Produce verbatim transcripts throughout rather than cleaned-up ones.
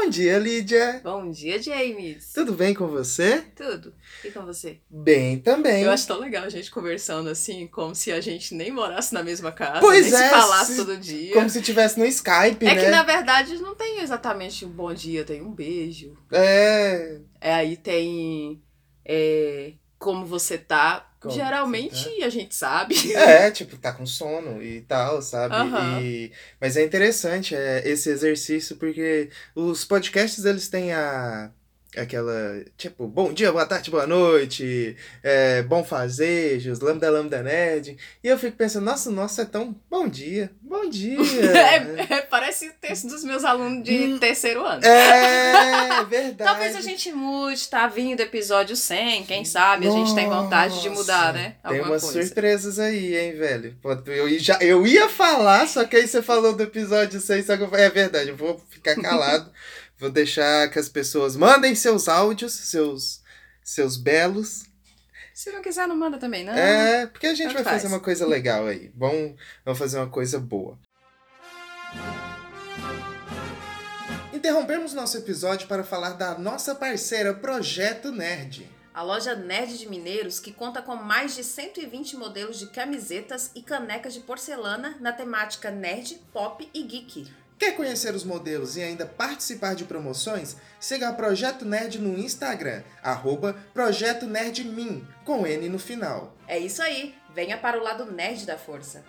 dia, Lídia. Bom dia, James. Tudo bem com você? Tudo. E com você? Bem também. Eu acho tão legal a gente conversando assim, como se a gente nem morasse na mesma casa, Pois nem é, se falasse se- todo dia. Como se estivesse no Skype, É né? que, na verdade, não tem exatamente um bom dia, tem um beijo. É... É, aí tem é, como você tá. Como Geralmente você a gente sabe. É, tipo, tá com sono e tal, sabe? Aham. E... Mas é interessante é, esse exercício, porque os podcasts, eles têm a... aquela, tipo, bom dia, boa tarde, boa noite, é, bom fazejos, lambda, lambda, nerd. E eu fico pensando, nossa, nossa, é tão bom dia, bom dia. É, é, parece o texto dos meus alunos de Hum, terceiro ano. É, verdade. Talvez a gente mude, tá vindo episódio cem, quem sabe a gente tem vontade de mudar, né? Tem Alguma umas coisa. surpresas aí, hein, velho? Pô, Eu, ia- já, eu ia falar, só que aí você falou do episódio seis, só que eu falei, é verdade, eu vou ficar calado, vou deixar que as pessoas mandem seus áudios, seus, seus belos. Se não quiser, não manda também, não. É, porque a gente Tanto vai fazer faz. uma coisa legal aí. Vamos, vamos fazer uma coisa boa. Interrompemos nosso episódio para falar da nossa parceira Projeto Nerd. A loja Nerd de Mineiros, que conta com mais de cento e vinte modelos de camisetas e canecas de porcelana na temática nerd, pop e geek. Quer conhecer os modelos e ainda participar de promoções? Siga a Projeto Nerd no Instagram, arroba Projeto Nerd Min, com N no final. É isso aí, venha para o lado nerd da força.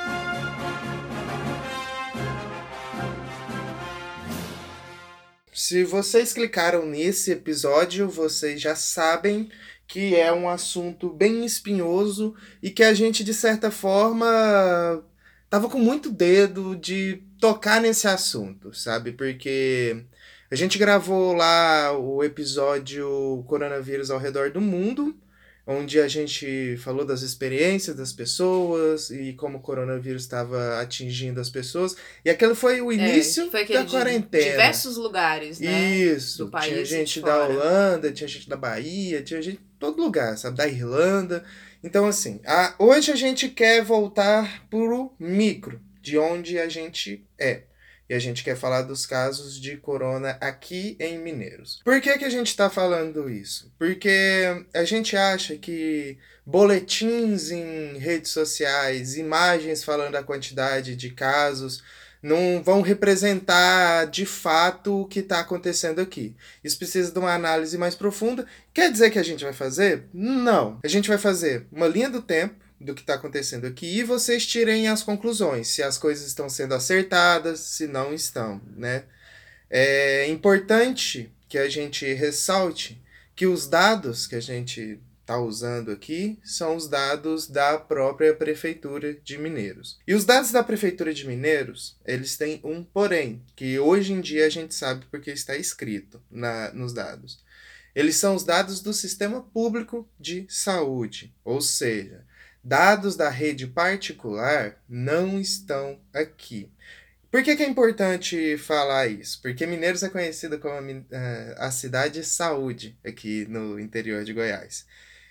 Se vocês clicaram nesse episódio, vocês já sabem que é um assunto bem espinhoso e que a gente, de certa forma, tava com muito dedo de tocar nesse assunto, sabe? Porque a gente gravou lá o episódio Coronavírus ao Redor do Mundo, onde a gente falou das experiências das pessoas e como o coronavírus estava atingindo as pessoas. E aquele foi o início é, foi aquele da quarentena. De diversos lugares, né? Isso, Do país tinha e gente de da fora. Holanda, tinha gente da Bahia, tinha gente de todo lugar, sabe? Da Irlanda. Então, assim, a, hoje a gente quer voltar pro micro, de onde a gente é. E a gente quer falar dos casos de corona aqui em Mineiros. Por que que a gente está falando isso? Porque a gente acha que boletins em redes sociais, imagens falando a quantidade de casos, não vão representar de fato o que está acontecendo aqui. Isso precisa de uma análise mais profunda. Quer dizer que a gente vai fazer? Não. A gente vai fazer uma linha do tempo do que está acontecendo aqui e vocês tirem as conclusões, se as coisas estão sendo acertadas, se não estão, né? É importante que a gente ressalte que os dados que a gente está usando aqui são os dados da própria Prefeitura de Mineiros. E os dados da Prefeitura de Mineiros, eles têm um porém, que hoje em dia a gente sabe porque está escrito na, nos dados. Eles são os dados do Sistema Público de Saúde, ou seja, dados da rede particular não estão aqui. Por que que é importante falar isso? Porque Mineiros é conhecida como a, a cidade saúde aqui no interior de Goiás.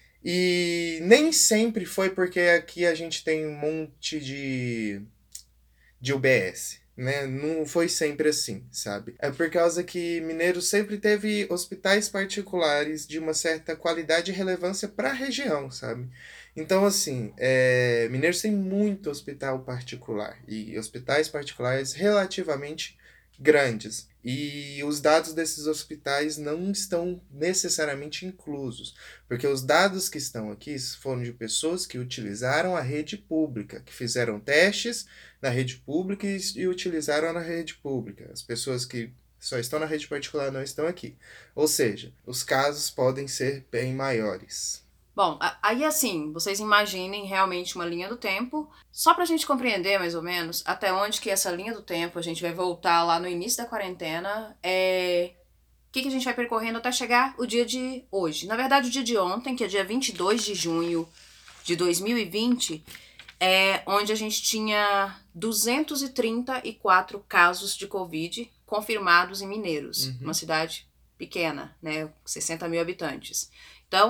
E nem sempre foi porque aqui a gente tem um monte de, de U B S, né? Não foi sempre assim, sabe? É por causa que Mineiros sempre teve hospitais particulares de uma certa qualidade e relevância para a região, sabe? Então, assim, é, Mineiros tem muito hospital particular e hospitais particulares relativamente grandes. E os dados desses hospitais não estão necessariamente inclusos, porque os dados que estão aqui foram de pessoas que utilizaram a rede pública, que fizeram testes na rede pública e, e utilizaram na rede pública. As pessoas que só estão na rede particular não estão aqui. Ou seja, os casos podem ser bem maiores. Bom, aí assim, vocês imaginem realmente uma linha do tempo, só pra gente compreender mais ou menos até onde que essa linha do tempo, a gente vai voltar lá no início da quarentena, é... o que, que a gente vai percorrendo até chegar o dia de hoje. Na verdade, o dia de ontem, que é dia vinte e dois de junho de dois mil e vinte, é onde a gente tinha duzentos e trinta e quatro casos de Covid confirmados em Mineiros, Uhum. uma cidade pequena, né, sessenta mil habitantes. Então,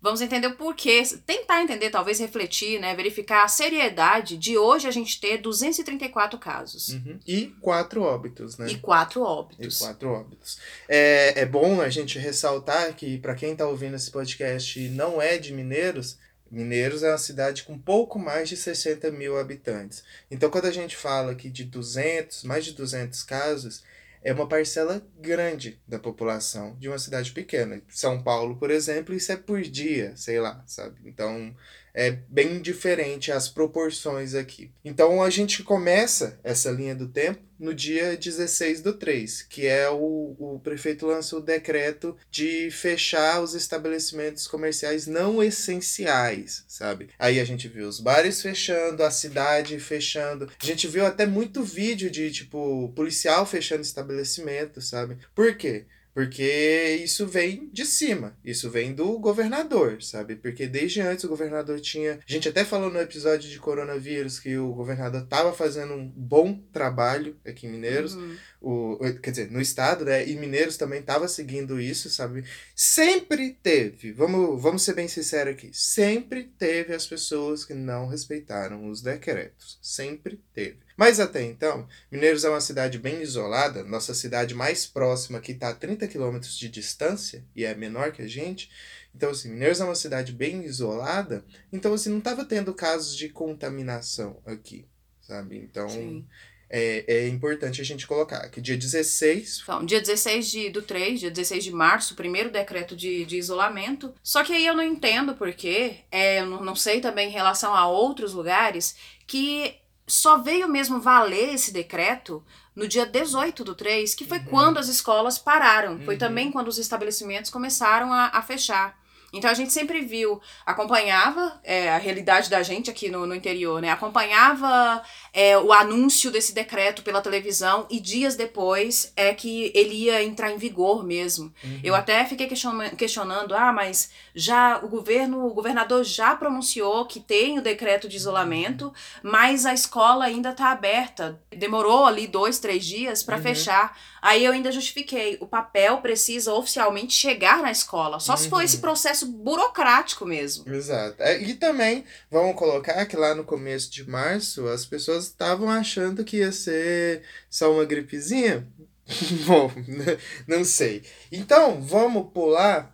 Vamos entender o porquê, tentar entender, talvez refletir, né, verificar a seriedade de hoje a gente ter duzentos e trinta e quatro casos. Uhum. E quatro óbitos, né? E quatro E óbitos. quatro óbitos. É, é bom a gente ressaltar que, para quem está ouvindo esse podcast e não é de Mineiros, Mineiros é uma cidade com pouco mais de sessenta mil habitantes. Então, quando a gente fala aqui de duzentos, mais de duzentos casos, é uma parcela grande da população de uma cidade pequena. São Paulo, por exemplo, isso é por dia, sei lá, sabe? Então, é bem diferente as proporções aqui. Então, a gente começa essa linha do tempo no dia dezesseis do três, que é o, o prefeito lançou o decreto de fechar os estabelecimentos comerciais não essenciais, sabe? Aí a gente viu os bares fechando, a cidade fechando. A gente viu até muito vídeo de, tipo, policial fechando estabelecimento, sabe? Por quê? Porque isso vem de cima, isso vem do governador, sabe? Porque desde antes o governador tinha... A gente até falou no episódio de coronavírus que o governador estava fazendo um bom trabalho aqui em Mineiros, Uhum. o, quer dizer, no estado, né? E Mineiros também estava seguindo isso, sabe? Sempre teve, vamos, vamos ser bem sinceros aqui, sempre teve as pessoas que não respeitaram os decretos, sempre teve. Mas até então, Mineiros é uma cidade bem isolada, nossa cidade mais próxima que está a trinta quilômetros de distância e é menor que a gente. Então, assim, Mineiros é uma cidade bem isolada, então, assim, não estava tendo casos de contaminação aqui, sabe? Então, Sim. é, é importante a gente colocar que dia dezesseis... Então, dia dezesseis de, do três, dia dezesseis de março, o primeiro decreto de, de isolamento. Só que aí eu não entendo porquê, é, eu não, não sei também em relação a outros lugares, que só veio mesmo valer esse decreto no dia dezoito do três, que foi Uhum. quando as escolas pararam. Foi Uhum. também quando os estabelecimentos começaram a, a fechar. Então a gente sempre viu, acompanhava é, a realidade da gente aqui no, no interior, né? Acompanhava é, o anúncio desse decreto pela televisão e dias depois é que ele ia entrar em vigor mesmo. Uhum. Eu até fiquei questionando, questionando, ah, mas já o governo, o governador já pronunciou que tem o decreto de isolamento, mas a escola ainda tá aberta. Demorou ali dois, três dias para Uhum. fechar. Aí eu ainda justifiquei, o papel precisa oficialmente chegar na escola, só se for Uhum. esse processo burocrático mesmo. Exato. É, e também, vamos colocar que lá no começo de março, as pessoas estavam achando que ia ser só uma gripezinha. Bom, não sei. Então, vamos pular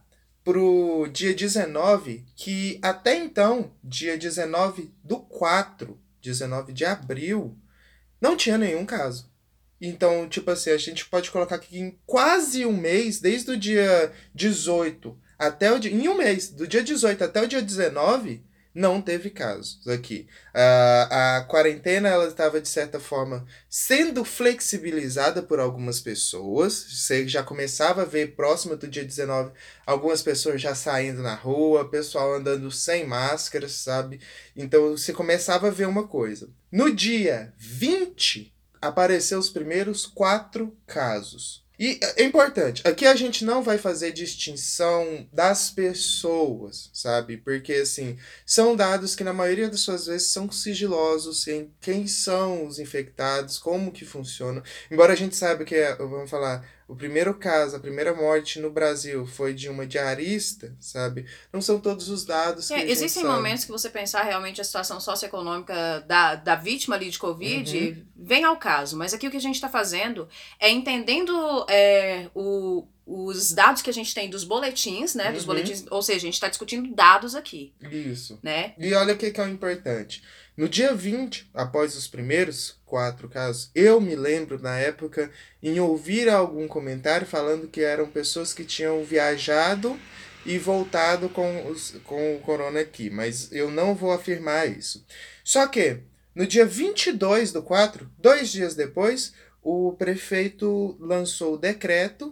pro dia dezenove, que até então, dia dezenove do quatro, dezenove de abril, não tinha nenhum caso. Então, tipo assim, a gente pode colocar aqui em quase um mês, desde o dia dezoito até o dia... Em um mês, do dia dezoito até o dia dezenove, não teve casos aqui. A, a quarentena, ela estava, de certa forma, sendo flexibilizada por algumas pessoas. Você já começava a ver, próximo do dia dezenove, algumas pessoas já saindo na rua, pessoal andando sem máscara, sabe? Então, você começava a ver uma coisa. No dia vinte... apareceu os primeiros quatro casos. E é importante, aqui a gente não vai fazer distinção das pessoas, sabe? Porque, assim, são dados que na maioria das suas vezes são sigilosos, em quem são os infectados, como que funciona. Embora a gente saiba que, vamos falar, o primeiro caso, a primeira morte no Brasil foi de uma diarista, sabe? Não são todos os dados que É, a gente existem sabe. momentos que você pensar realmente a situação socioeconômica da, da vítima ali de Covid, Uhum. vem ao caso. Mas aqui o que a gente está fazendo é entendendo é, o, os dados que a gente tem dos boletins, né? Dos Uhum. boletins, ou seja, a gente está discutindo dados aqui, Isso. né? E olha o que, que é o importante. No dia vinte, após os primeiros quatro casos, eu me lembro, na época, em ouvir algum comentário falando que eram pessoas que tinham viajado e voltado com, os, com o corona aqui. Mas eu não vou afirmar isso. Só que, no dia vinte e dois do quatro, dois dias depois, o prefeito lançou o decreto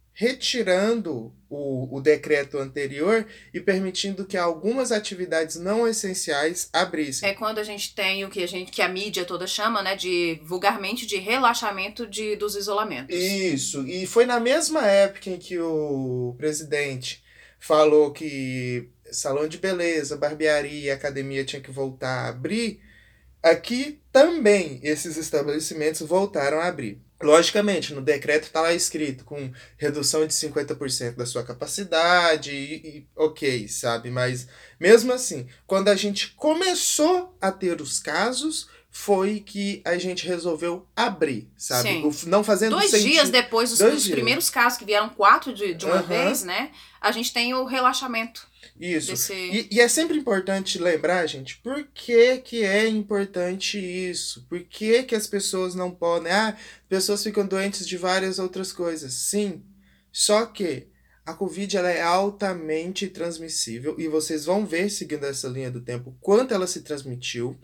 retirando o, o decreto anterior e permitindo que algumas atividades não essenciais abrissem. É quando a gente tem o que a gente, que a mídia toda chama, né, de vulgarmente de relaxamento de, dos isolamentos. Isso, e foi na mesma época em que o presidente falou que salão de beleza, barbearia e academia tinha que voltar a abrir, aqui também esses estabelecimentos voltaram a abrir. Logicamente, no decreto está lá escrito com redução de cinquenta por cento da sua capacidade, e, e ok, sabe? Mas mesmo assim, quando a gente começou a ter os casos, foi que a gente resolveu abrir, sabe? Sim. O, não fazendo Dois sentido. dias depois dos, Dois dos dias. primeiros casos, que vieram quatro de, de uma Aham. vez, né? A gente tem o relaxamento. Isso. Desse... E, e é sempre importante lembrar, gente, por que, que é importante isso? Por que, que as pessoas não podem... Ah, pessoas ficam doentes de várias outras coisas. Sim, só que a Covid ela é altamente transmissível e vocês vão ver, seguindo essa linha do tempo, quanto ela se transmitiu.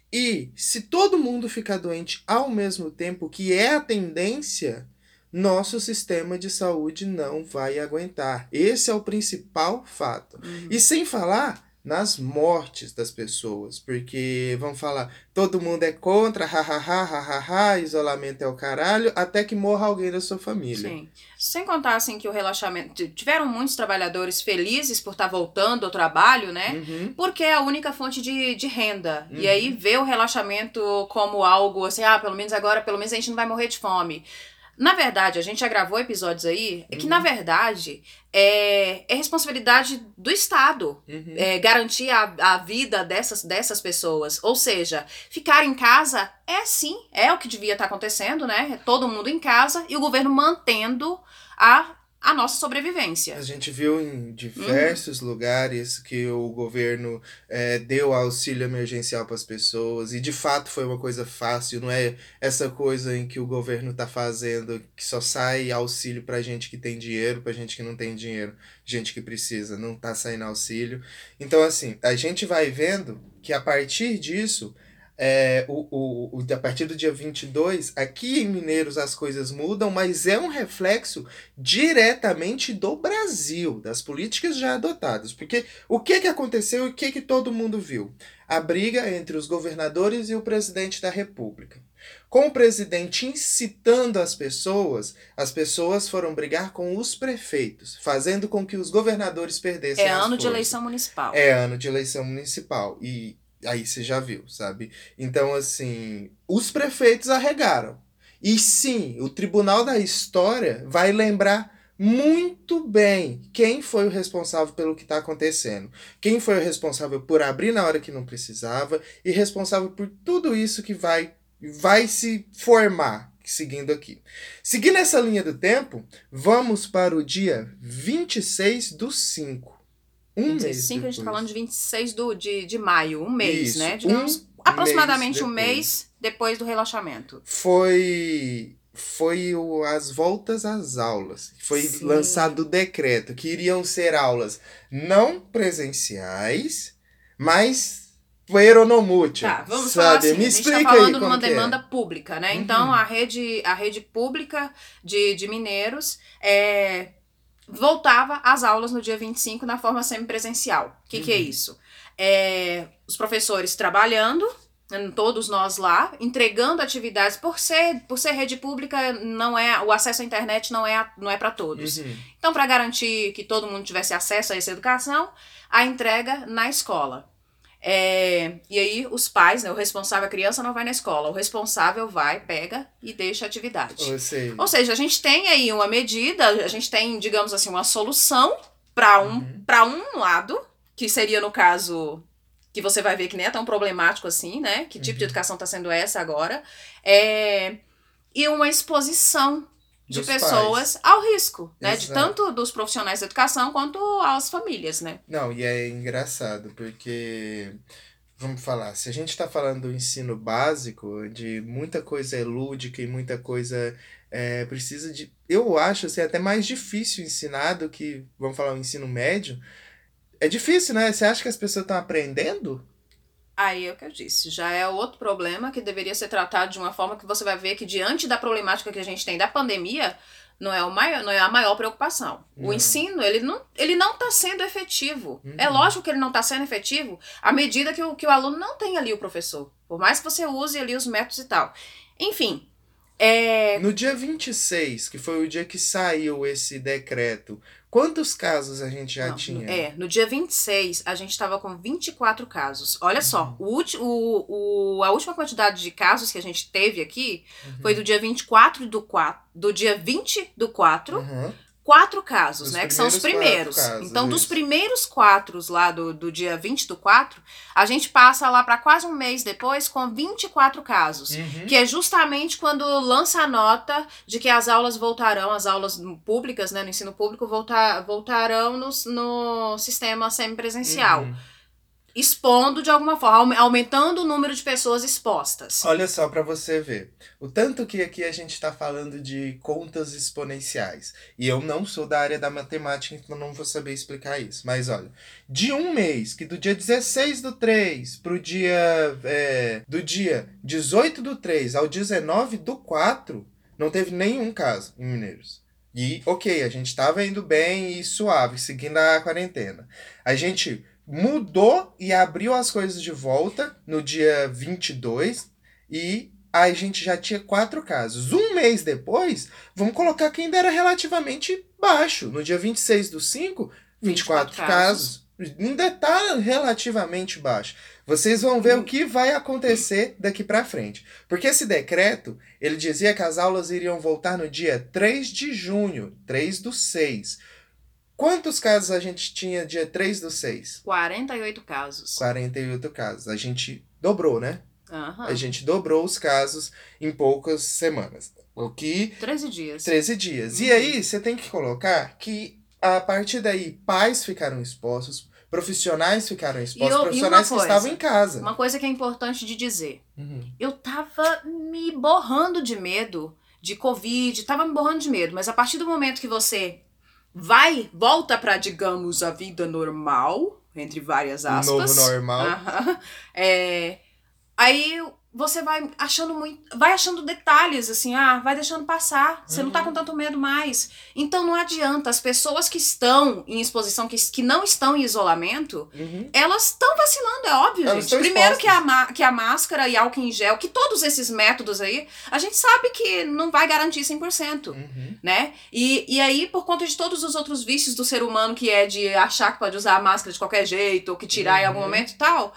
E se todo mundo ficar doente ao mesmo tempo, que é a tendência... nosso sistema de saúde não vai aguentar. Esse é o principal fato. Uhum. E sem falar nas mortes das pessoas, porque vamos falar, todo mundo é contra, hahaha, hahaha, isolamento é o caralho, até que morra alguém da sua família. Sim. Sem contar, assim, que o relaxamento... Tiveram muitos trabalhadores felizes por estar voltando ao trabalho, né? Uhum. Porque é a única fonte de, de renda. Uhum. E aí, ver o relaxamento como algo assim, ah, pelo menos agora, pelo menos a gente não vai morrer de fome. Na verdade, a gente já gravou episódios aí, é que Uhum. na verdade é, é responsabilidade do Estado Uhum. é, garantir a, a vida dessas, dessas pessoas. Ou seja, ficar em casa é sim, é o que devia estar acontecendo, né? É todo mundo em casa e o governo mantendo a, a nossa sobrevivência. A gente viu em diversos uhum. lugares que o governo é, deu auxílio emergencial para as pessoas e de fato foi uma coisa fácil, não é essa coisa em que o governo está fazendo que só sai auxílio para gente que tem dinheiro, para gente que não tem dinheiro, gente que precisa, não está saindo auxílio. Então assim, a gente vai vendo que a partir disso... É, o, o, o, a partir do dia vinte e dois, aqui em Mineiros as coisas mudam, mas é um reflexo diretamente do Brasil, das políticas já adotadas. Porque o que, que aconteceu e o que, que todo mundo viu? A briga entre os governadores e o presidente da República. Com o presidente incitando as pessoas, as pessoas foram brigar com os prefeitos, fazendo com que os governadores perdessem É as ano forças. de eleição municipal. É ano de eleição municipal. E aí você já viu, sabe? Então, assim, os prefeitos arregaram. E sim, o Tribunal da História vai lembrar muito bem quem foi o responsável pelo que está acontecendo. Quem foi o responsável por abrir na hora que não precisava e responsável por tudo isso que vai, vai se formar, seguindo aqui. Seguindo essa linha do tempo, vamos para o dia vinte e seis do cinco. Um mês vinte e cinco, depois. a gente tá falando de vinte e seis do, de, de maio, um mês, Isso, né? Digamos, um aproximadamente mês um mês depois do relaxamento. Foi, foi o, as voltas às aulas. Foi Sim. lançado o decreto que iriam ser aulas não presenciais, mas peronomútil. Tá, vamos sabe? falar assim, Me a gente explica tá falando aí numa como que demanda é. pública, né? Uhum. Então, a rede, a rede pública de, de Mineiros é, voltava às aulas no dia vinte e cinco na forma semipresencial. O que, Uhum. que é isso? É, os professores trabalhando, todos nós lá, entregando atividades. Por ser, por ser rede pública, não é, o acesso à internet não é, não é para todos. Uhum. Então, para garantir que todo mundo tivesse acesso a essa educação, a entrega na escola. É, e aí os pais, né, o responsável, a criança não vai na escola, o responsável vai, pega e deixa a atividade. Ou seja, Ou seja, a gente tem aí uma medida, a gente tem, digamos assim, uma solução para um, uhum. para um lado, que seria no caso, que você vai ver que nem é tão problemático assim, né? Que tipo uhum. de educação está sendo essa agora? É, e uma exposição de Dos pessoas pais. ao risco, né? Exato. De tanto dos profissionais da educação quanto as famílias, né? Não, e é engraçado, porque, vamos falar, se a gente está falando do ensino básico, de muita coisa é lúdica e muita coisa é, precisa de... Eu acho assim, até mais difícil ensinar do que, vamos falar, o ensino médio. É difícil, né? Você acha que as pessoas estão aprendendo? Aí é o que eu disse, já é outro problema que deveria ser tratado de uma forma que você vai ver que diante da problemática que a gente tem da pandemia, não é, o maior, não é a maior preocupação. Não. O ensino, ele não ele não está sendo efetivo. Uhum. É lógico que ele não está sendo efetivo à medida que o, que o aluno não tem ali o professor. Por mais que você use ali os métodos e tal. Enfim, É... No dia vinte e seis, que foi o dia que saiu esse decreto, quantos casos a gente já Não, tinha? é, no dia vinte e seis, a gente estava com vinte e quatro casos. Olha só, Uhum. o, ulti- o, o, a última quantidade de casos que a gente teve aqui Uhum. foi do dia vinte e quatro do quatro, do dia vinte do quatro, Uhum. quatro casos, Os né? Que são os primeiros primeiros. quatro casos, Então, dos isso. primeiros quatro lá do, do dia vinte do quatro, a gente passa lá para quase um mês depois com vinte e quatro casos. Uhum. Que é justamente quando lança a nota de que as aulas voltarão, as aulas públicas, né, no ensino público, voltar, voltarão no, no sistema semipresencial. Uhum. Expondo de alguma forma, aumentando o número de pessoas expostas. Olha só para você ver. O tanto que aqui a gente está falando de contas exponenciais. E eu não sou da área da matemática, então não vou saber explicar isso. Mas olha, de um mês, que do dia dezesseis do três pro dia. É, do dia dezoito do três ao dezenove do quatro, não teve nenhum caso em Mineiros. E, ok, a gente estava indo bem e suave, seguindo a quarentena. A gente mudou e abriu as coisas de volta no dia vinte e dois e a gente já tinha quatro casos. Um mês depois, vamos colocar que ainda era relativamente baixo. No dia vinte e seis do cinco, vinte e quatro, vinte e quatro casos. casos. Ainda está relativamente baixo. Vocês vão ver Hum. o que vai acontecer daqui para frente. Porque esse decreto, ele dizia que as aulas iriam voltar no dia três de junho, três do seis. Quantos casos a gente tinha dia três do seis? quarenta e oito casos. quarenta e oito casos. A gente dobrou, né? Uhum. A gente dobrou os casos em poucas semanas. O que... treze dias. treze dias. Uhum. E aí, você tem que colocar que, a partir daí, pais ficaram expostos, profissionais ficaram expostos, eu, profissionais que coisa, estavam em casa. Uma coisa que é importante de dizer. Uhum. Eu tava me borrando de medo de Covid, tava me borrando de medo, mas a partir do momento que você vai, volta pra, digamos, a vida normal, entre várias aspas. O novo normal. Uh-huh, é, aí você vai achando muito, vai achando detalhes, assim, ah, vai deixando passar, você uhum. não tá com tanto medo mais. Então não adianta, as pessoas que estão em exposição, que, que não estão em isolamento, uhum. elas estão vacilando, é óbvio, elas gente. Primeiro que a, que a máscara e álcool em gel, que todos esses métodos aí, a gente sabe que não vai garantir cem por cento, uhum. né? E, e aí, por conta de todos os outros vícios do ser humano, que é de achar que pode usar a máscara de qualquer jeito, ou que tirar uhum. em algum momento e tal...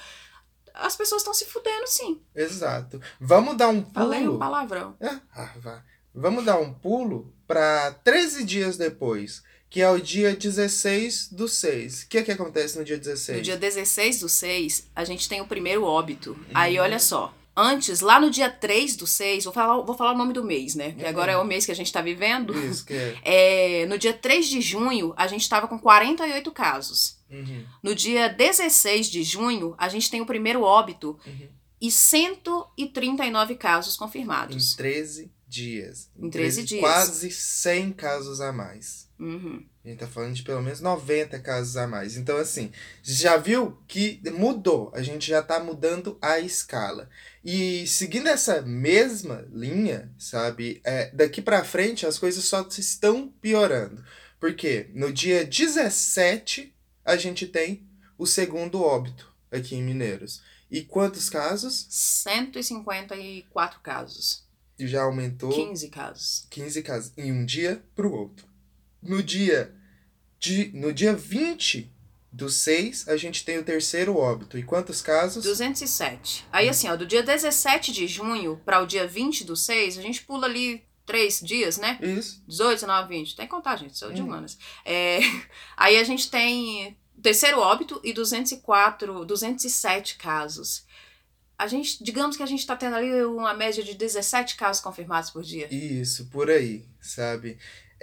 as pessoas estão se fudendo, sim. Exato. Vamos dar um pulo... Falei um palavrão. É, ah, vá. Vamos dar um pulo para treze dias depois, que é o dia dezesseis do seis. O que é que acontece no dia dezesseis? No dia dezesseis do seis, a gente tem o primeiro óbito. Uhum. Aí, olha só. Antes, lá no dia três do seis, vou falar, vou falar o nome do mês, né? Que uhum. agora é o mês que a gente tá vivendo. Isso, que é. é no dia três de junho, a gente tava com quarenta e oito casos. Uhum. No dia dezesseis de junho, a gente tem o primeiro óbito uhum. e cento e trinta e nove casos confirmados. Em treze dias. Em treze dias. Quase cem casos a mais. Uhum. A gente tá falando de pelo menos noventa casos a mais. Então, assim, já viu que mudou. A gente já tá mudando a escala. E seguindo essa mesma linha, sabe? É, daqui pra frente as coisas só estão piorando. Porque no dia dezessete a gente tem o segundo óbito aqui em Mineiros. E quantos casos? cento e cinquenta e quatro casos. Já aumentou. quinze casos. quinze casos. Em um dia pro outro. No dia, de, no dia vinte do seis, a gente tem o terceiro óbito. E quantos casos? duzentos e sete. Aí, assim, ó, do dia dezessete de junho para o dia vinte do seis, a gente pula ali três dias, né? Isso. dezoito, dezenove, vinte. Tem que contar, gente, sou de humanas. É, aí a gente tem o terceiro óbito e duzentos e quatro, duzentos e sete casos. A gente, digamos que a gente tá tendo ali uma média de dezessete casos confirmados por dia. Isso, por aí, sabe?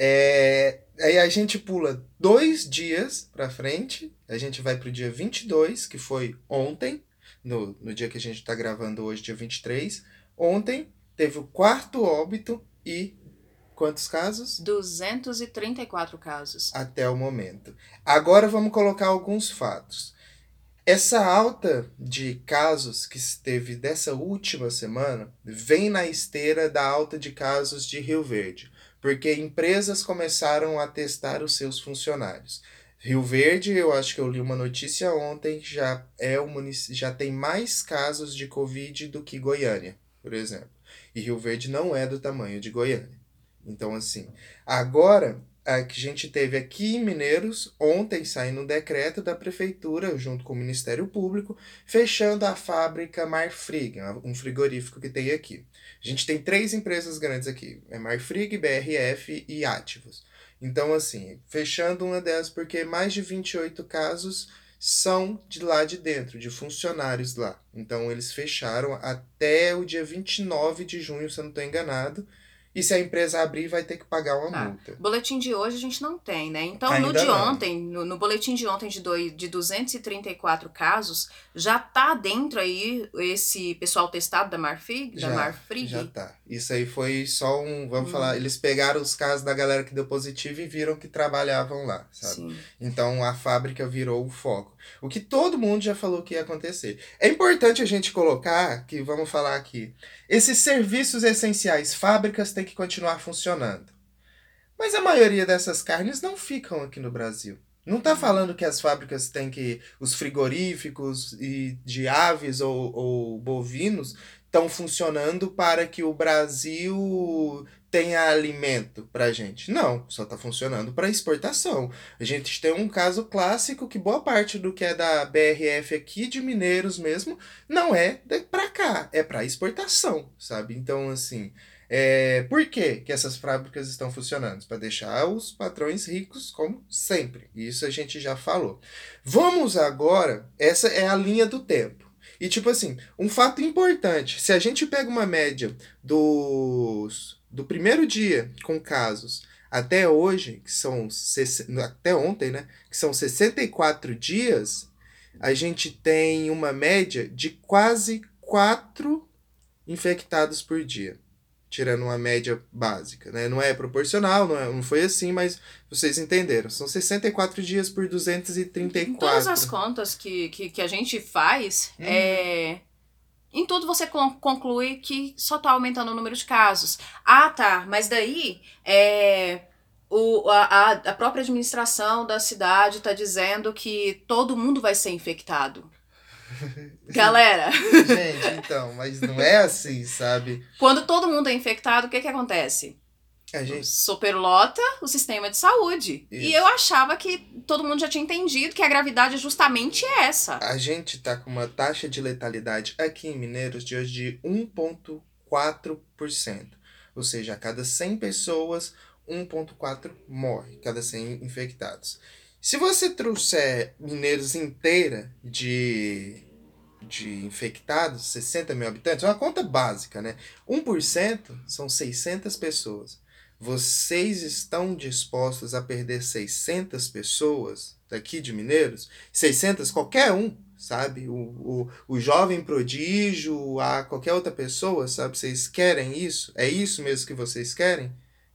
É, aí a gente pula dois dias pra frente, a gente vai pro dia vinte e dois, que foi ontem, no, no dia que a gente tá gravando hoje, dia vinte e três. Ontem teve o quarto óbito e quantos casos? duzentos e trinta e quatro casos. Até o momento. Agora vamos colocar alguns fatos. Essa alta de casos que teve dessa última semana vem na esteira da alta de casos de Rio Verde, porque empresas começaram a testar os seus funcionários. Rio Verde, eu acho que eu li uma notícia ontem, já, é o munic... já tem mais casos de Covid do que Goiânia, por exemplo. E Rio Verde não é do tamanho de Goiânia. Então, assim, agora a que a gente teve aqui em Mineiros, ontem saindo um decreto da prefeitura, junto com o Ministério Público, fechando a fábrica Marfrig, um frigorífico que tem aqui. A gente tem três empresas grandes aqui, é Marfrig, B R F e Ativos. Então, assim, fechando uma delas, porque mais de vinte e oito casos são de lá de dentro, de funcionários lá. Então, eles fecharam até o dia vinte e nove de junho, se eu não estou enganado. E se a empresa abrir, vai ter que pagar uma Tá. multa. Boletim de hoje a gente não tem, né? Então, Ainda no de não. ontem, no, no boletim de ontem de, dois, de duzentos e trinta e quatro casos, já tá dentro aí esse pessoal testado da Marfrig? Da Já, Marfrig? já tá. Isso aí foi só um, vamos Hum. falar, eles pegaram os casos da galera que deu positivo e viram que trabalhavam lá, sabe? Sim. Então a fábrica virou o foco. O que todo mundo já falou que ia acontecer. É importante a gente colocar, que vamos falar aqui, esses serviços essenciais, fábricas têm que continuar funcionando. Mas a maioria dessas carnes não ficam aqui no Brasil. Não tá falando que as fábricas têm que. Os frigoríficos e de aves ou, ou bovinos estão funcionando para que o Brasil tenha alimento pra gente. Não, só tá funcionando para exportação. A gente tem um caso clássico que boa parte do que é da B R F aqui de Mineiros mesmo não é para cá, é para exportação, sabe? Então, assim, é, por que, que essas fábricas estão funcionando? Para deixar os patrões ricos, como sempre. Isso a gente já falou. Vamos agora, essa é a linha do tempo. E tipo assim, um fato importante, se a gente pega uma média dos, do primeiro dia com casos até hoje, que são até ontem, né, que são sessenta e quatro dias, a gente tem uma média de quase quatro infectados por dia. Tirando uma média básica, né? Não é proporcional, não, é, não foi assim, mas vocês entenderam. São sessenta e quatro dias por duzentos e trinta e quatro. Em todas as contas que, que, que a gente faz, uhum. é... em tudo você conclui que só tá aumentando o número de casos. Ah, tá, mas daí é... O, a, a própria administração da cidade tá dizendo que todo mundo vai ser infectado. Galera! Gente, então, mas não é assim, sabe? Quando todo mundo é infectado, o que que acontece? A gente... Superlota o sistema de saúde. Isso. E eu achava que todo mundo já tinha entendido que a gravidade é justamente essa. A gente tá com uma taxa de letalidade aqui em Mineiros de hoje de um vírgula quatro por cento. Ou seja, a cada cem pessoas, um vírgula quatro morre, cada cem infectados. Se você trouxer Mineiros inteira de, de infectados, sessenta mil habitantes, é uma conta básica, né? um por cento são seiscentas pessoas. Vocês estão dispostos a perder seiscentas pessoas daqui de Mineiros? seiscentas, qualquer um, sabe? O, o, o jovem prodígio, a qualquer outra pessoa, sabe? Vocês querem isso? É isso mesmo que vocês querem?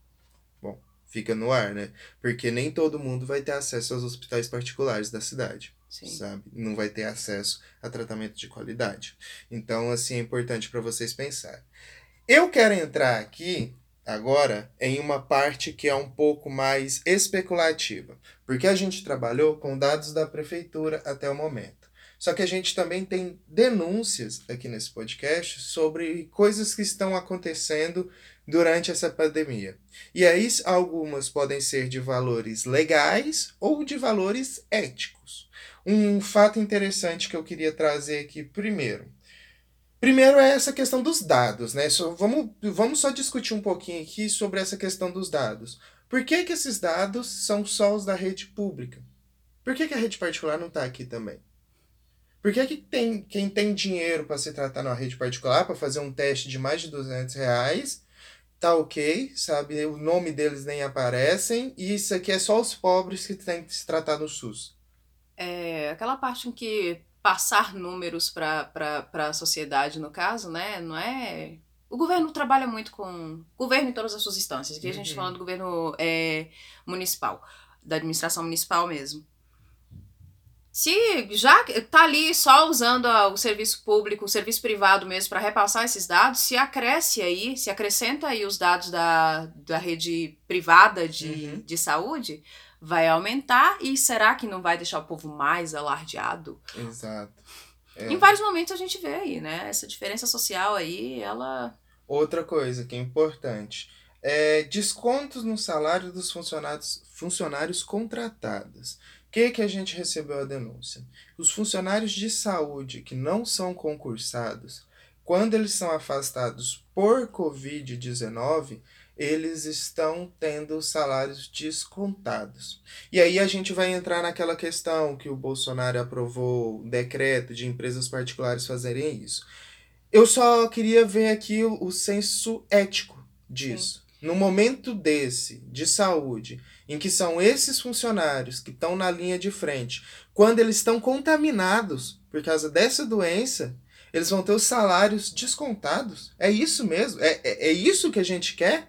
Bom, fica no ar, né? Porque nem todo mundo vai ter acesso aos hospitais particulares da cidade. Sim. Sabe? Não vai ter acesso a tratamento de qualidade. Então, assim, é importante para vocês pensarem. Eu quero entrar aqui agora em uma parte que é um pouco mais especulativa, porque a gente trabalhou com dados da prefeitura até o momento. Só que a gente também tem denúncias aqui nesse podcast sobre coisas que estão acontecendo durante essa pandemia. E aí algumas podem ser de valores legais ou de valores éticos. Um fato interessante que eu queria trazer aqui primeiro. Primeiro é essa questão dos dados, né? Só, vamos, vamos só discutir um pouquinho aqui sobre essa questão dos dados. Por que que esses dados são só os da rede pública? Por que que a rede particular não está aqui também? Por que que tem, quem tem dinheiro para se tratar numa rede particular, para fazer um teste de mais de duzentos reais, tá ok, sabe? O nome deles nem aparecem, e isso aqui é só os pobres que têm que se tratar no SUS. É, aquela parte em que passar números para a sociedade, no caso, né, não é... O governo trabalha muito com... Governo em todas as suas instâncias. Aqui uhum. a gente fala do governo é, municipal, da administração municipal mesmo. Se já tá ali só usando o serviço público, o serviço privado mesmo para repassar esses dados, se acresce aí, se acrescenta aí os dados da, da rede privada de, uhum. de saúde, vai aumentar, e será que não vai deixar o povo mais alardeado? Exato. É. Em vários momentos a gente vê aí, né? Essa diferença social aí, ela... Outra coisa que é importante é descontos no salário dos funcionários, funcionários contratados. O que, que a gente recebeu a denúncia? Os funcionários de saúde que não são concursados, quando eles são afastados por covid dezenove, eles estão tendo salários descontados. E aí a gente vai entrar naquela questão que o Bolsonaro aprovou o decreto de empresas particulares fazerem isso. Eu só queria ver aqui o, o senso ético Sim. disso. No momento desse, de saúde, em que são esses funcionários que estão na linha de frente, quando eles estão contaminados por causa dessa doença, eles vão ter os salários descontados? É isso mesmo? É, é, é isso que a gente quer?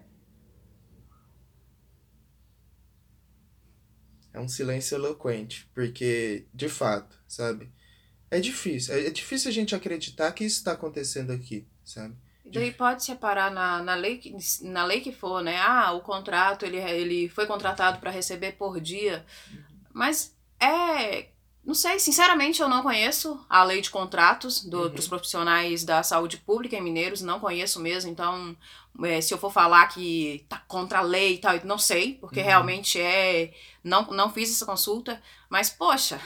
É um silêncio eloquente, porque, de fato, sabe? É difícil. É, é difícil a gente acreditar que isso está acontecendo aqui, sabe? E daí Dif- pode separar na, na, lei, que- na lei que for, né? Ah, o contrato, ele, ele foi contratado para receber por dia. Mas é. Não sei, sinceramente eu não conheço a lei de contratos do, dos Uhum, profissionais da saúde pública em Mineiros, não conheço mesmo, então é, se eu for falar que tá contra a lei e tal, eu não sei, porque uhum. realmente é. Não, não fiz essa consulta, mas poxa,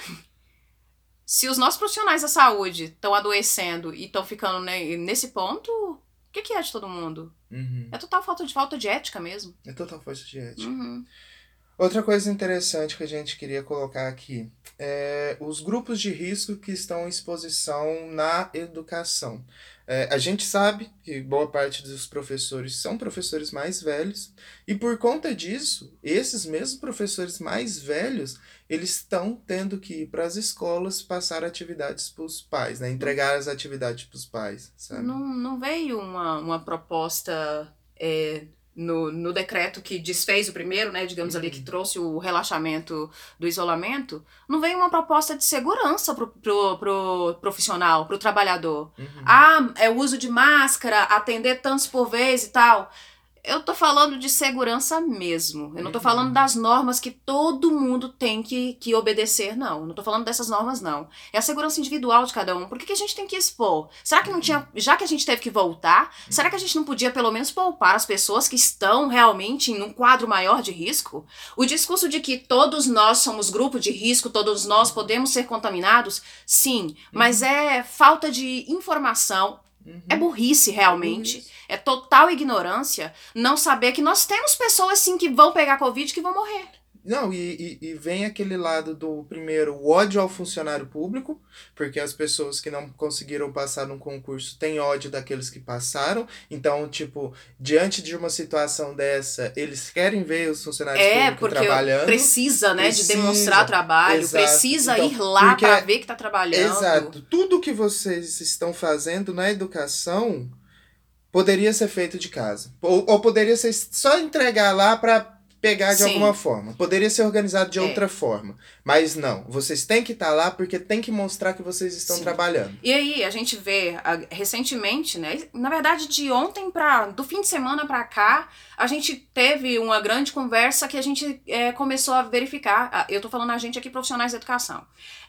se os nossos profissionais da saúde estão adoecendo e estão ficando né, nesse ponto, o que, que é de todo mundo? Uhum. É total falta de falta de ética mesmo. É total força de ética. Uhum. Outra coisa interessante que a gente queria colocar aqui é os grupos de risco que estão em exposição na educação. É, a gente sabe que boa parte dos professores são professores mais velhos, e por conta disso, esses mesmos professores mais velhos, eles estão tendo que ir para as escolas passar atividades para os pais, né? Não, Entregar as atividades para os pais, sabe? não, não veio uma, uma proposta é, no, no decreto que desfez o primeiro, né, digamos ali, que Uhum, trouxe o relaxamento do isolamento, não veio uma proposta de segurança pro, pro, pro profissional, pro trabalhador. uhum, Ah, é o uso de máscara, atender tantos por vez e tal. Eu tô falando de segurança mesmo. Eu não tô falando uhum, das normas que todo mundo tem que, que obedecer, não. Eu não tô falando dessas normas, não. É a segurança individual de cada um. Por que, que a gente tem que expor? Será que não uhum, tinha. Já que a gente teve que voltar, será que a uhum. gente não podia pelo menos poupar as pessoas que estão realmente em um quadro maior de risco? O discurso de que todos nós somos grupo de risco, todos nós Uhum, podemos ser contaminados, sim, mas uhum, é falta de informação. É uhum. burrice, É realmente. burrice. É total ignorância não saber que nós temos pessoas sim que vão pegar Covid e que vão morrer. Não, e, e, e vem aquele lado do primeiro, o ódio ao funcionário público, porque as pessoas que não conseguiram passar num concurso têm ódio daqueles que passaram. Então, tipo, diante de uma situação dessa, eles querem ver os funcionários É, públicos porque trabalhando. precisa, né, de demonstrar Precisa, trabalho, exato. precisa Então, ir lá porque, para ver que tá trabalhando. exato, tudo que vocês estão fazendo na educação poderia ser feito de casa. Ou, ou poderia ser só entregar lá para pegar de alguma Sim, forma. Poderia ser organizado de outra é. forma. Mas não, vocês têm que estar lá porque tem que mostrar que vocês estão Sim. trabalhando. E aí, a gente vê a- recentemente, né? Na verdade, de ontem para do fim de semana para cá, a gente teve uma grande conversa que a gente é, começou a verificar. ah, Eu tô falando a gente aqui, profissionais da educação.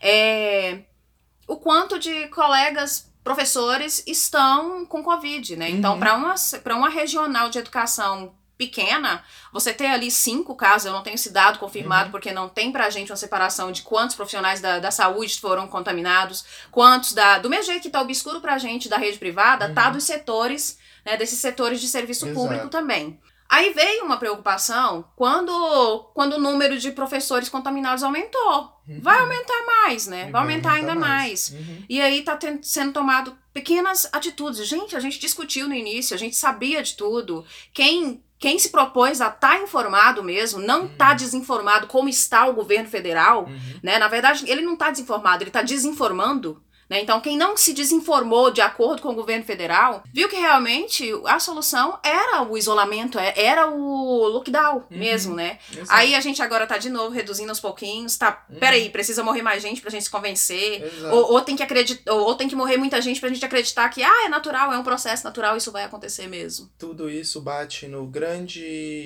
É, o quanto de colegas professores estão com Covid, né? Então, Uhum, para uma, para uma regional de educação pequena, você ter ali cinco casos, eu não tenho esse dado confirmado, uhum, porque não tem pra gente uma separação de quantos profissionais da, da saúde foram contaminados, quantos da. Do mesmo jeito que tá obscuro pra gente da rede privada, tá uhum. dos setores, né, desses setores de serviço público Exato. também. Aí veio uma preocupação quando, quando o número de professores contaminados aumentou. Vai Uhum. aumentar mais, né? E Vai vai aumentar aumentar ainda mais. mais. Uhum, E aí tá tendo, sendo tomado pequenas atitudes. Gente, a gente discutiu no início, a gente sabia de tudo. Quem quem se propôs a estar tá informado mesmo, não está uhum, desinformado como está o governo federal, uhum. né? Na verdade, ele não está desinformado, ele está desinformando. Né? Então, quem não se desinformou de acordo com o governo federal, viu que realmente a solução era o isolamento, é- era o lockdown mesmo, Uhum. né? Aí a Exato. gente agora tá de novo reduzindo aos pouquinhos, tá? Peraí, Uhum. precisa morrer mais gente pra gente se convencer, ou, Exato. ou tem que acreditar, ou, ou tem que morrer muita gente pra gente acreditar que, ah, é natural, é um processo natural, isso vai acontecer mesmo. Tudo isso bate no grande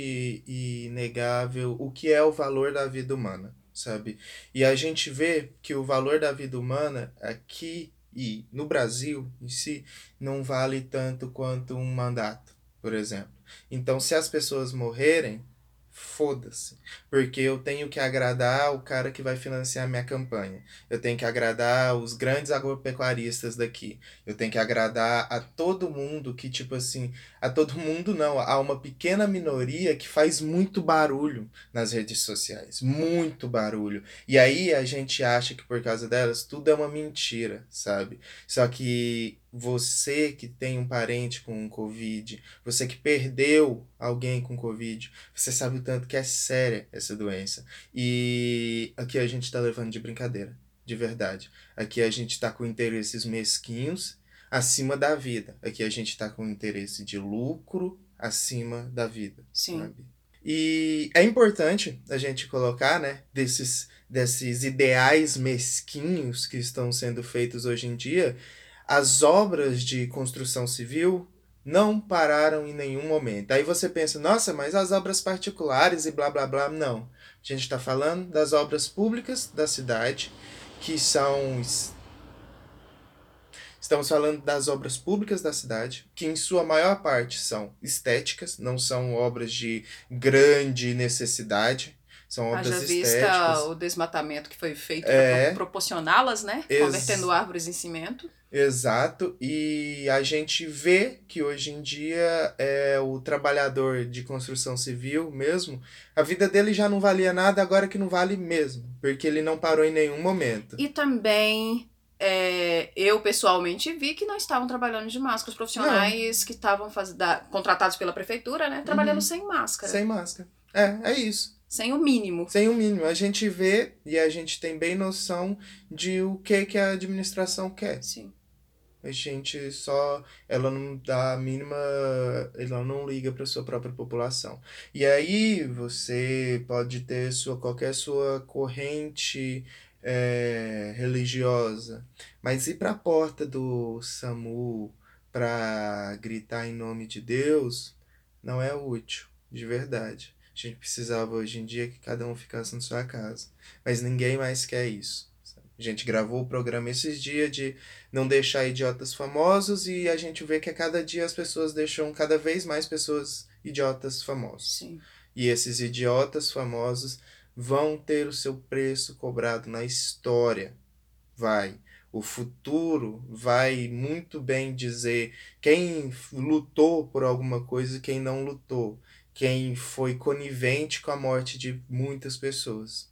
e inegável o que é o valor da vida humana, sabe? E a gente vê que o valor da vida humana aqui E no Brasil, em si, não vale tanto quanto um mandato, por exemplo. Então, se as pessoas morrerem, foda-se. Porque eu tenho que agradar o cara que vai financiar minha campanha. Eu tenho que agradar os grandes agropecuaristas daqui. Eu tenho que agradar a todo mundo que, tipo assim, a todo mundo não, há uma pequena minoria que faz muito barulho nas redes sociais. Muito barulho. E aí a gente acha que por causa delas tudo é uma mentira, sabe? Só que você que tem um parente com Covid, você que perdeu alguém com Covid, você sabe o tanto que é séria essa doença. E aqui a gente tá levando de brincadeira, de verdade. Aqui a gente tá com interesses mesquinhos acima da vida. Aqui a gente tá com interesse de lucro acima da vida, Sim. sabe? E é importante a gente colocar, né, desses, desses ideais mesquinhos que estão sendo feitos hoje em dia, as obras de construção civil não pararam em nenhum momento. Aí você pensa, nossa, mas as obras particulares e blá blá blá. Não. A gente está falando das obras públicas da cidade, que são. Estamos falando das obras públicas da cidade, que em sua maior parte são estéticas, não são obras de grande necessidade, são obras Haja vista estéticas. o desmatamento que foi feito para É, proporcioná-las, né? Convertendo ex árvores em cimento. exato, e a gente vê que hoje em dia é o trabalhador de construção civil mesmo, a vida dele já não valia nada, agora que não vale mesmo, porque ele não parou em nenhum momento. E também é, eu pessoalmente vi que não estavam trabalhando de máscara. Os Não. profissionais que estavam faz... da... contratados pela prefeitura, né? Trabalhando Uhum. sem máscara. Sem máscara. É, é isso. Sem o mínimo. Sem o mínimo. A gente vê e a gente tem bem noção de o que, que a administração quer. Sim. A gente só. Ela não dá a mínima. Ela não liga para sua própria população. E aí você pode ter sua, qualquer sua corrente é, religiosa. Mas ir para a porta do SAMU para gritar em nome de Deus não é útil, de verdade. A gente precisava hoje em dia que cada um ficasse na sua casa. Mas ninguém mais quer isso. Sabe? A gente gravou o programa esses dias de não deixar idiotas famosos e a gente vê que a cada dia as pessoas deixam cada vez mais pessoas idiotas famosos. Sim. E esses idiotas famosos vão ter o seu preço cobrado na história. Vai. O futuro vai muito bem dizer quem lutou por alguma coisa e quem não lutou. Quem foi conivente com a morte de muitas pessoas.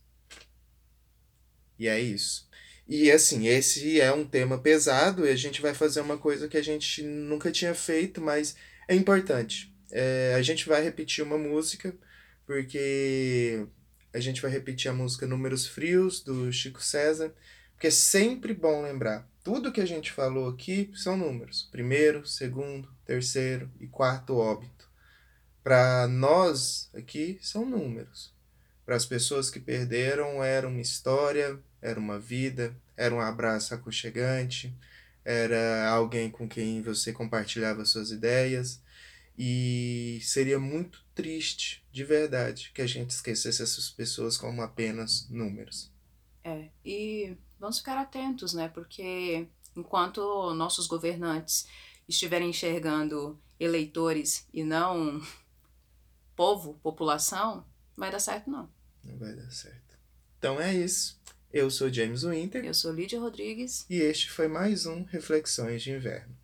E é isso. E assim, esse é um tema pesado e a gente vai fazer uma coisa que a gente nunca tinha feito, mas é importante. É, a gente vai repetir uma música, porque a gente vai repetir a música Números Frios, do Chico César, porque é sempre bom lembrar. Tudo que a gente falou aqui são números. Primeiro, segundo, terceiro e quarto óbito. Para nós aqui são números. Para as pessoas que perderam era uma história, era uma vida, era um abraço aconchegante, era alguém com quem você compartilhava suas ideias. E seria muito triste, de verdade, que a gente esquecesse essas pessoas como apenas números. É, e vamos ficar atentos, né? Porque enquanto nossos governantes estiverem enxergando eleitores e não povo, população, vai dar certo não. Não vai dar certo. Então é isso. Eu sou James Winter. Eu sou Lídia Rodrigues. E este foi mais um Reflexões de Inverno.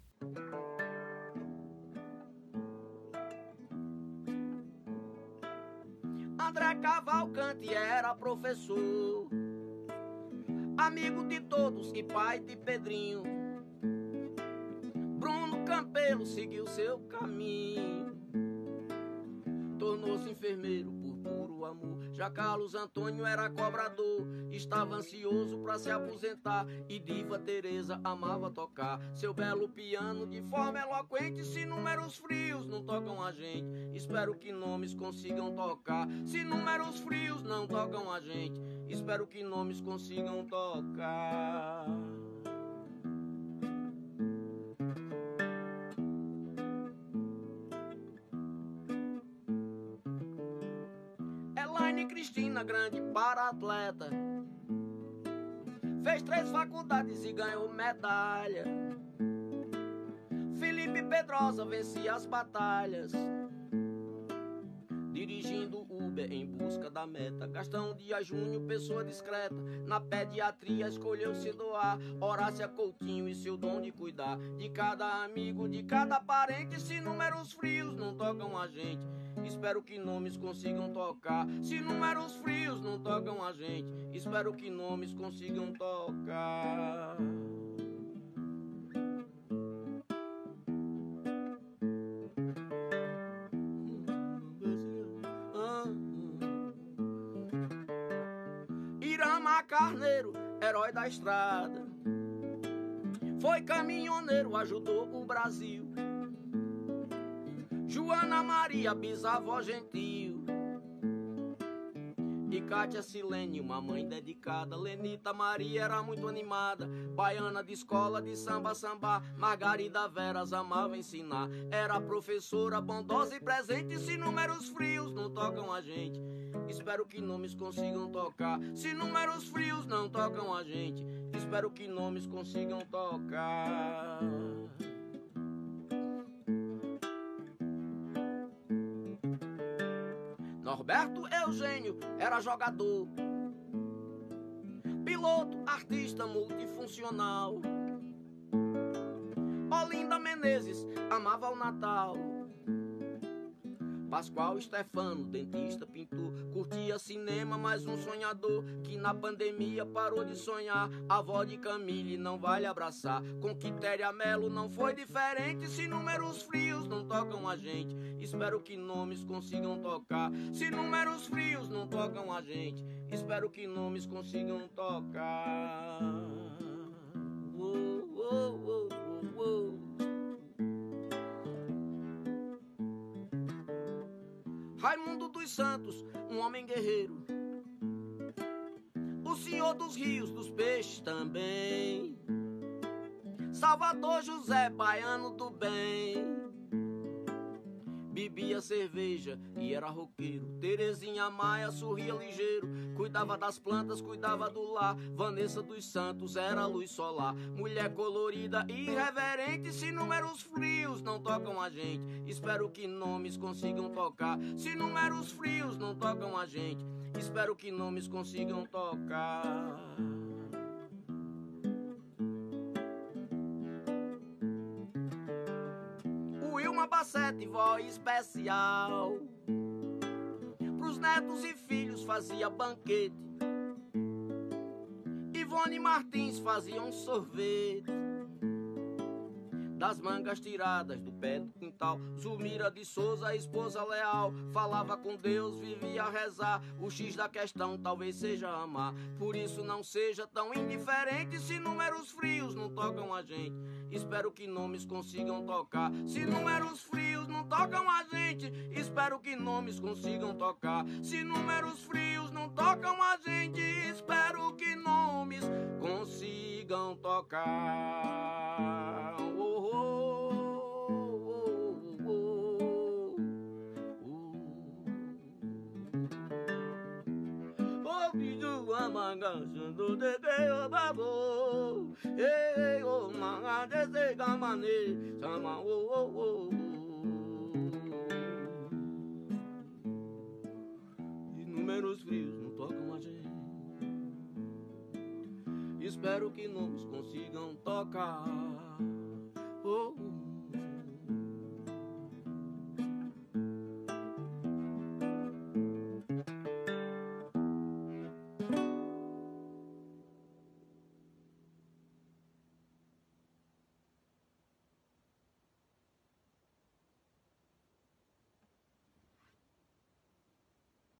André Cavalcante era professor, amigo de todos e pai de Pedrinho. Bruno Campelo seguiu seu caminho, tornou-se enfermeiro por puro amor. Já Carlos Antônio era cobrador, estava ansioso pra se aposentar. E Diva Teresa amava tocar seu belo piano de forma eloquente. Se números frios não tocam a gente, espero que nomes consigam tocar. Se números frios não tocam a gente, espero que nomes consigam tocar. Elaine Cristina, grande para-atleta, Fez três faculdades e ganhou medalha. Felipe Pedrosa vencia as batalhas, dirigindo Uber em busca da meta. Gastão Dias Júnior, pessoa discreta, na pediatria escolheu se doar. Horácia Coutinho e seu dom de cuidar de cada amigo, de cada parente. Se números frios não tocam a gente, espero que nomes consigam tocar. Se números frios não tocam a gente, espero que nomes consigam tocar. Irama Carneiro, herói da estrada, foi caminhoneiro, ajudou o Brasil. Joana Maria, bisavó gentil, e Cátia Silene, uma mãe dedicada. Lenita Maria era muito animada, baiana de escola de samba samba. Margarida Veras amava ensinar, era professora bondosa e presente. Se números frios não tocam a gente, espero que nomes consigam tocar. Se números frios não tocam a gente, espero que nomes consigam tocar. Norberto Eugênio era jogador, piloto, artista multifuncional. Olinda Menezes amava o Natal. Pascoal Stefano, dentista, pintor, curtia cinema, mais um sonhador que na pandemia parou de sonhar. A avó de Camille não vale abraçar, com Quitéria Melo não foi diferente. Se números frios não tocam a gente, espero que nomes consigam tocar. Se números frios não tocam a gente, espero que nomes consigam tocar. Oh, oh, oh, oh, oh. Raimundo dos Santos, um homem guerreiro, o senhor dos rios, dos peixes também. Salvador José, baiano do bem, bebia cerveja e era roqueiro. Terezinha Maia sorria ligeiro, cuidava das plantas, cuidava do lar. Vanessa dos Santos era luz solar, mulher colorida e irreverente. Se números frios não tocam a gente, espero que nomes consigam tocar. Se números frios não tocam a gente, espero que nomes consigam tocar. Wilma Bassete, voz especial, pros netos e filhos fazia banquete. Ivone Martins fazia um sorvete das mangas tiradas do pé do quintal. Zulmira de Souza, esposa leal, falava com Deus, vivia a rezar. O X da questão talvez seja amar, por isso não seja tão indiferente. Se números frios não tocam a gente, espero que nomes consigam tocar. Se números frios não tocam a gente, espero que nomes consigam tocar. Se números frios não tocam a gente, espero que nomes consigam tocar. Oh, oh, oh, oh, oh. Bidu amangashando de que babo, eh oh manga de gamane, sama oh oh oh. E números frios não tocam a gente, espero que nomes consigam tocar.